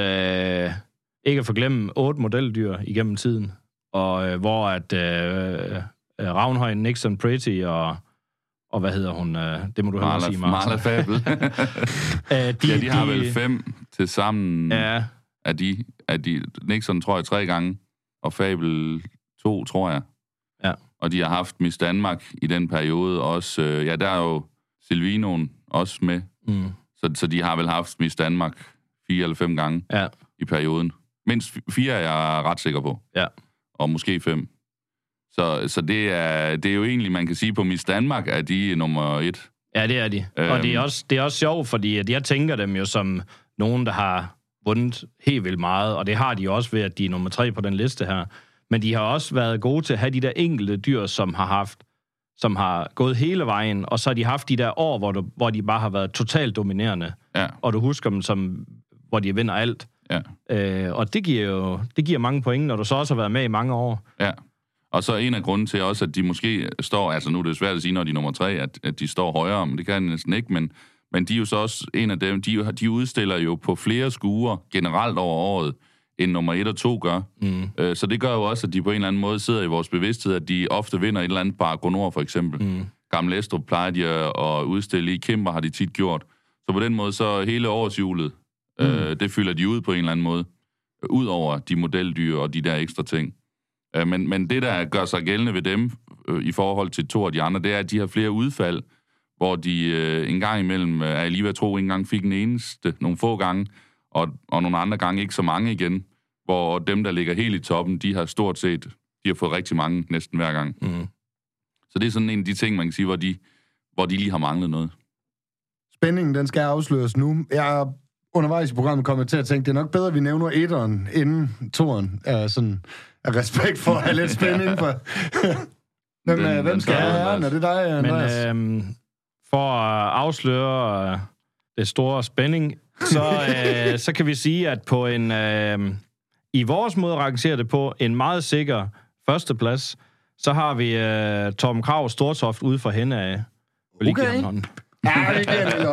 ikke at forglemme, 8 modeldyr igennem tiden. Og hvor at Ravnhøj, Nixon Pretty og hvad hedder hun? Det må du hellere sige, Martin. Marla Fabel. De har vel 5 til sammen. Ja. Af de Nixon tror jeg 3 gange, og Fabel 2, tror jeg. Ja. Og de har haft Miss Danmark i den periode også. Der er jo Silvinoen også med. Så de har vel haft Miss Danmark 4 eller 5 gange i perioden. Mindst 4 er jeg ret sikker på. Ja. Og måske 5. Så det er jo egentlig, man kan sige, på Miss Danmark er de nummer 1. Ja, det er de. Og det er også sjovt, fordi at jeg tænker dem jo som nogen, der har vundet helt vildt meget, og det har de også ved, at de er nummer 3 på den liste her. Men de har også været gode til at have de der enkelte dyr, som har gået hele vejen, og så har de haft de der år, hvor de bare har været totalt dominerende. Ja. Og du husker dem som, hvor de vinder alt. Ja. Og det giver mange point, når du så også har været med i mange år. Ja. Og så en af grunden til også, at de måske står, altså nu er det svært at sige, når de er nummer 3, at de står højere, men det kan de næsten ikke, men de er jo så også en af dem, de udstiller jo på flere skuer generelt over året, end nummer 1 og 2 gør. Så det gør jo også, at de på en eller anden måde sidder i vores bevidsthed, at de ofte vinder et eller andet par Gronor for eksempel. Gamle Estrup plejer de at udstille i, Kimber har de tit gjort. Så på den måde, så hele årshjulet, det fylder de ud på en eller anden måde, ud over de modeldyr og de der ekstra ting. Men det, der gør sig gældende ved dem, i forhold til 2 af de andre, det er, at de har flere udfald, hvor de en gang imellem, er jeg lige ved at tro, ikke engang fik den eneste, nogle få gange, og nogle andre gange ikke så mange igen, hvor dem, der ligger helt i toppen, de har stort set De har fået rigtig mange næsten hver gang. Mm. Så det er sådan en af de ting, man kan sige, hvor de lige har manglet noget. Spændingen, den skal afsløres nu. Jeg er undervejs i programmet kommet til at tænke, det er nok bedre, at vi nævner etteren inden toeren. Sådan af respekt for at have lidt spænding for... Hvem skal have æren? Er det dig, Andreas? Men for at afsløre det store spænding, så kan vi sige, at på en... I vores måde at rangere det på, en meget sikker førsteplads, så har vi Torben Krag Stortoft ude for hende af. Okay. Ja, det er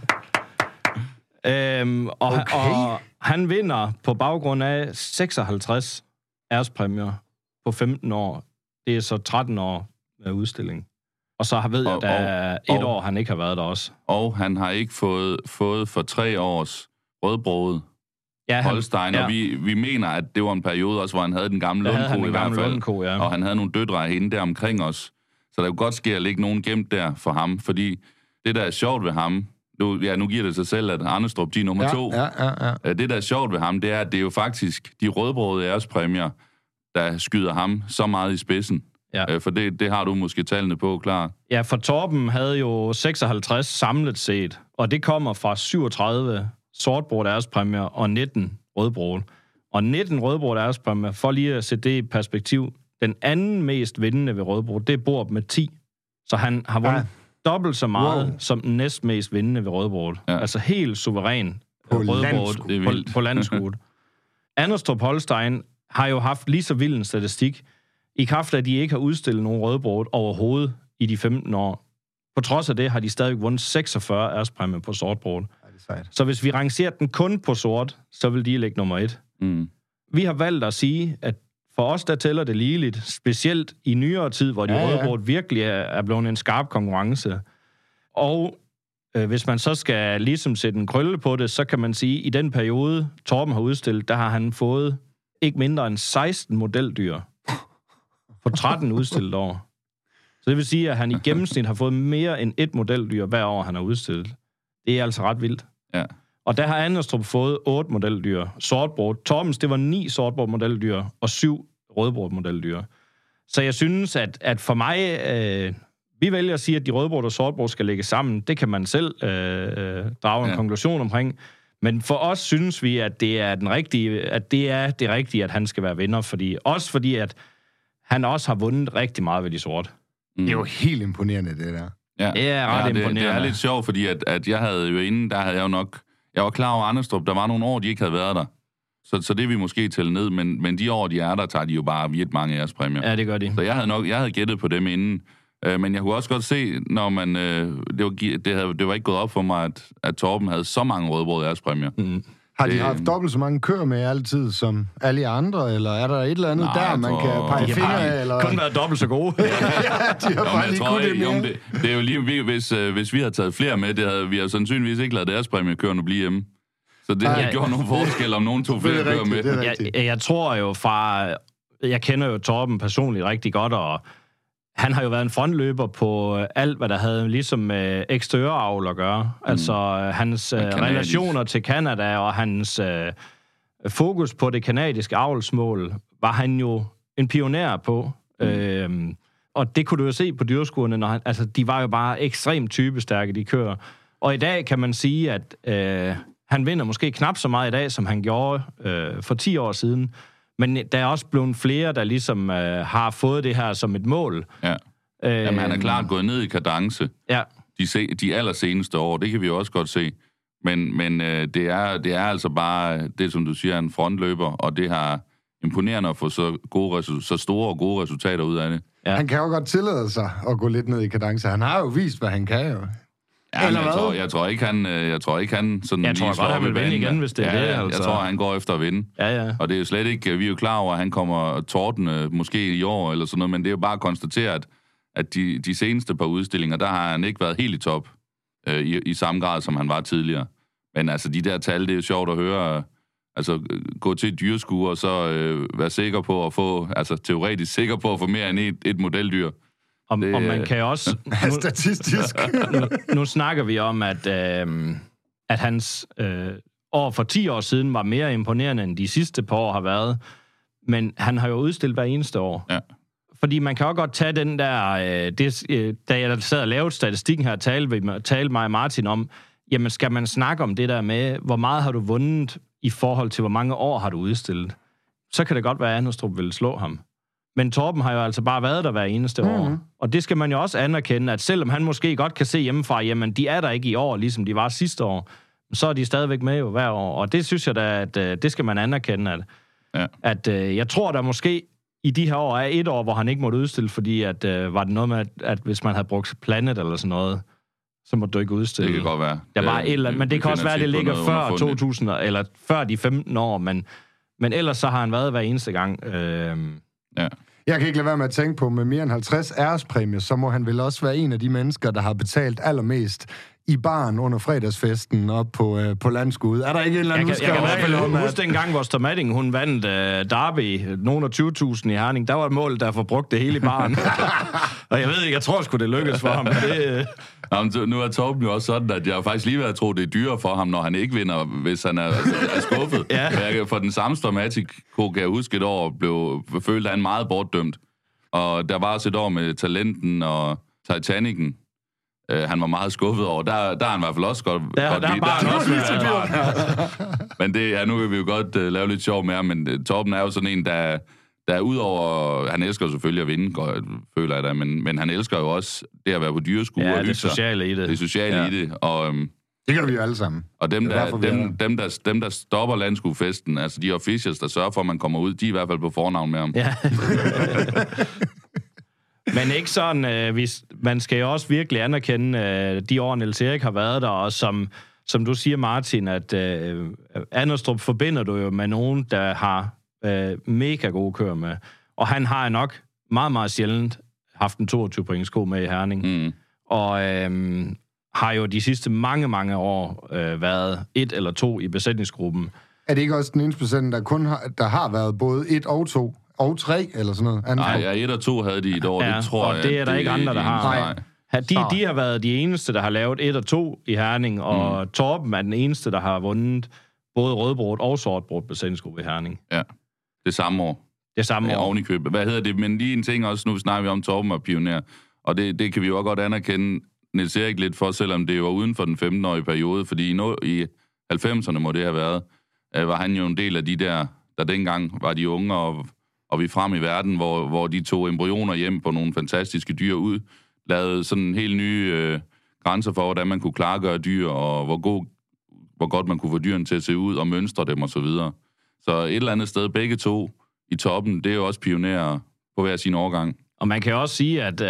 og han vinder på baggrund af 56 ærespræmier på 15 år. Det er så 13 år med udstilling. Og så ved jeg, at der er et år, han ikke har været der også. Og han har ikke fået for 3 års rødbroget Holstein, og vi mener, at det var en periode også, hvor han havde den gamle Lundko i hvert fald. Og han havde nogle døtre af hende der omkring os. Så der kunne godt ske at ligge nogen gemt der for ham, fordi det, der er sjovt ved ham, nu giver det sig selv, at Arnestrup, de er nummer 2. Ja. Det, der er sjovt ved ham, det er, at det er jo faktisk de rødbrøde ærespræmier, der skyder ham så meget i spidsen. Ja. For det har du måske tallene på, klar. Ja, for Torben havde jo 56 samlet set, og det kommer fra 37 sortbrøde ærespræmier og 19 rødbrøde. Og 19 rødbrøde ærespræmier, for lige at sætte det i perspektiv, den anden mest vindende ved rødbrøde, det er Borup med 10. Så han har vundet dobbelt så meget som den næstmest vindende ved rødbrøde. Ja. Altså helt suveræn rødbrøde på landskuddet. Anderstrup Holstein har jo haft lige så vild en statistik, i kraft af, at de ikke har udstillet nogen rødbrød overhovedet i de 15 år. På trods af det har de stadig vundet 46 ærespræmier på sortbrød. Så hvis vi rangerer den kun på sort, så vil de ligge nummer 1. Mm. Vi har valgt at sige, at for os, der tæller det ligeligt, specielt i nyere tid, hvor de rødbrød virkelig er blevet en skarp konkurrence. Og hvis man så skal ligesom sætte en krølle på det, så kan man sige, at i den periode, Torben har udstillet, der har han fået ikke mindre end 16 modeldyr på 13 udstillet år. Så det vil sige, at han i gennemsnit har fået mere end 1 modeldyr hver år, han har udstillet. Det er altså ret vildt. Ja. Og der har Anderstrup fået 8 modeldyr. Sortbrød. Torbens, det var 9 sortbrød modeldyr og 7 rødbrød modeldyr. Så jeg synes, at for mig, vi vælger at sige, at de rødbrød og sortbrød skal lægge sammen. Det kan man selv drage en konklusion omkring. Men for os synes vi, at det er det rigtige, at han skal være vinder. Fordi at han også har vundet rigtig meget ved de sorte. Det er jo helt imponerende, det der. Ja, det er ret imponerende. Det er lidt sjovt, fordi at jeg havde jo inden, der havde jeg jo nok... Jeg var klar over Arnestrup, der var nogle år, de ikke havde været der. Så det vi måske tælle ned, men de år, de er der, tager de jo bare vidt mange ærespræmier. Ja, det gør de. Så jeg havde gættet på dem inden. Men jeg kunne også godt se, når man... Det var ikke gået op for mig, at Torben havde så mange rødbrød ærespræmier. Mm. Har de haft dobbelt så mange køer med altid som alle andre, eller er der et eller andet man kan pege fingre af? Eller? Kun været dobbelt så gode. De har bare lige kunnet det mere. Det er jo lige, hvis vi havde taget flere med, vi har sandsynligvis ikke lavet deres præmiekørende blive hjemme. Så det har gjort nogle forskel, om nogen tog flere køer med. Jeg tror jo jeg kender jo Torben personligt rigtig godt, og han har jo været en frontløber på alt, hvad der havde ligesom med eksteriøravl at gøre. Altså hans relationer til Canada og hans fokus på det kanadiske avlsmål, var han jo en pioner på. Og det kunne du jo se på dyrskuerne, de var jo bare ekstremt typestærke, de kører. Og i dag kan man sige, at han vinder måske knap så meget i dag, som han gjorde for 10 år siden. Men der er også blevet flere, der ligesom har fået det her som et mål. Ja. Jamen, han er klart gået ned i kadence. Ja. De allerseneste år, det kan vi jo også godt se. Men det er altså bare det, som du siger, en frontløber, og det har imponerende at få så store og gode resultater ud af det. Ja. Han kan jo godt tillade sig at gå lidt ned i kadence. Han har jo vist, hvad han kan jo. Ja, jeg tror ikke, han sådan jeg tror godt, han vil vinde igen, hvis det er det. Altså. Jeg tror, han går efter at vinde. Ja. Og det er jo slet ikke... Vi er jo klar over, at han kommer tordende måske i år, eller sådan noget, men det er jo bare at konstatere, at de seneste par udstillinger, der har han ikke været helt i top i samme grad, som han var tidligere. Men altså, de der tal, det er jo sjovt at høre. Altså, gå til et dyrskue, og så være sikker på at få... Altså, teoretisk sikker på at få mere end et modeldyr. Og man kan også... Statistisk. nu snakker vi om, at hans år for 10 år siden var mere imponerende, end de sidste par år har været. Men han har jo udstillet hver eneste år. Ja. Fordi man kan også godt tage den der... da jeg sad og lavede statistikken her, talte mig og Martin om, jamen skal man snakke om det der med, hvor meget har du vundet i forhold til, hvor mange år har du udstillet? Så kan det godt være, at Anderstrup vil slå ham. Men Torben har jo altså bare været der hver eneste år. Og det skal man jo også anerkende, at selvom han måske godt kan se hjemmefra, jamen de er der ikke i år, ligesom de var sidste år, så er de stadigvæk med jo hver år. Og det synes jeg da, at det skal man anerkende, at jeg tror, der måske i de her år er et år, hvor han ikke måtte udstille, fordi at, var det noget med, at hvis man havde brugt Planet eller sådan noget, så måtte du ikke udstille. Det kan godt være. Der var et eller andet, men det kan også være, at det ligger før 2000, eller før de 15 år, men ellers så har han været hver eneste gang. Ja. Jeg kan ikke lade være med at tænke på, med mere end 50 ærespræmier, så må han vel også være en af de mennesker, der har betalt allermest i baren under fredagsfesten op på Landskud. Er der ikke en eller anden Jeg kan i hvert fald huske dengang, hvor Stormatting, hun vandt Derby, nogen af 20.000 i Herning. Der var et mål, der forbrugt det hele i baren. Og jeg ved ikke, jeg tror sgu, det lykkes for ham. Jamen, nu er Torben jo også sådan, at jeg faktisk lige ved at tro, det er dyrere for ham, når han ikke vinder, hvis han er skuffet. For den samme Stormatic, kan jeg huske et år, følte han meget bortdømt. Og der var også et år med Talenten og Titanicen. Han var meget skuffet over. Der er han i hvert fald også godt lide. Men det, nu vil vi jo godt lave lidt sjov med ham, men Torben er jo sådan en, der udover... Han elsker jo selvfølgelig at vinde, føler jeg da, men han elsker jo også det at være på dyreskue og det sociale i det. Det sociale i det. Og, det gør vi jo alle sammen. Og dem, der stopper landskuefesten, altså de officials, der sørger for, at man kommer ud, de er i hvert fald på fornavn med ham. Ja. Men ikke sådan, man skal jo også virkelig anerkende de år, Niels Erik har været der, og som du siger, Martin, at Anderstrup forbinder du jo med nogen, der har mega gode kører med. Og han har nok meget, meget sjældent haft en 22-pointsko med i Herning. Og har jo de sidste mange, mange år været 1 eller 2 i besætningsgruppen. Er det ikke også den eneste besætning, der har været både 1 og 2? Og 3, eller sådan noget. Nej, 1 og 2 havde de i et år, det tror jeg. Og det er der ikke andre, der har. De har været de eneste, der har lavet 1 og 2 i Herning, og Torben er den eneste, der har vundet både rødbrød og sortbrød besætningsgruppe i Herning. Ja, det samme år. Oven i købet. Hvad hedder det? Men lige en ting også, nu snakker vi om Torben og pioner, og det kan vi jo også godt anerkende Niels Erik lidt for, selvom det var uden for den 15-årige periode, fordi i 90'erne må det have været, var han jo en del af de der dengang var de unge og vi frem i verden, hvor de tog embryoner hjem på nogle fantastiske dyr ud, lavede sådan helt nye grænser for, hvordan man kunne klargøre dyr, og hvor godt man kunne få dyrene til at se ud, og mønstre dem og så videre. Så et eller andet sted, begge to i toppen, det er jo også pionerer på hver sin årgang. Og man kan også sige, at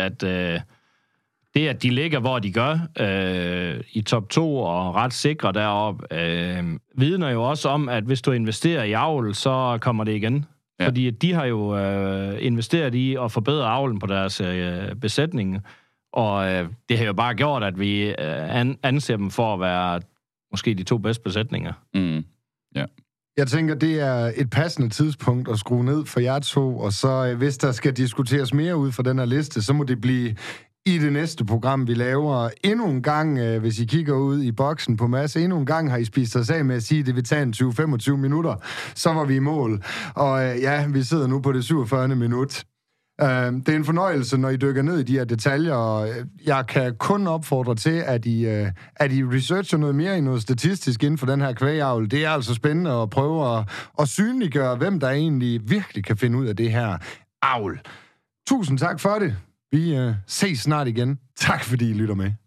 det, at de ligger, hvor de gør, i top 2 og ret sikre deroppe, vidner jo også om, at hvis du investerer i avl, så kommer det igen. Ja. Fordi de har jo investeret i at forbedre avlen på deres besætning, og det har jo bare gjort, at vi anser dem for at være måske de 2 bedste besætninger. Ja. Jeg tænker, det er et passende tidspunkt at skrue ned for jer 2, og så hvis der skal diskuteres mere ud fra den her liste, så må det blive i det næste program, vi laver. Endnu en gang, hvis I kigger ud i boksen på Mads, endnu en gang har I spist os af med at sige, at det vil tage en 20-25 minutter. Så var vi i mål. Og vi sidder nu på det 47. minut. Det er en fornøjelse, når I dykker ned i de her detaljer, og jeg kan kun opfordre til, at I researcher noget mere i noget statistisk inden for den her kvægavl. Det er altså spændende at prøve at synliggøre, hvem der egentlig virkelig kan finde ud af det her avl. Tusind tak for det. Vi ses snart igen. Tak fordi I lytter med.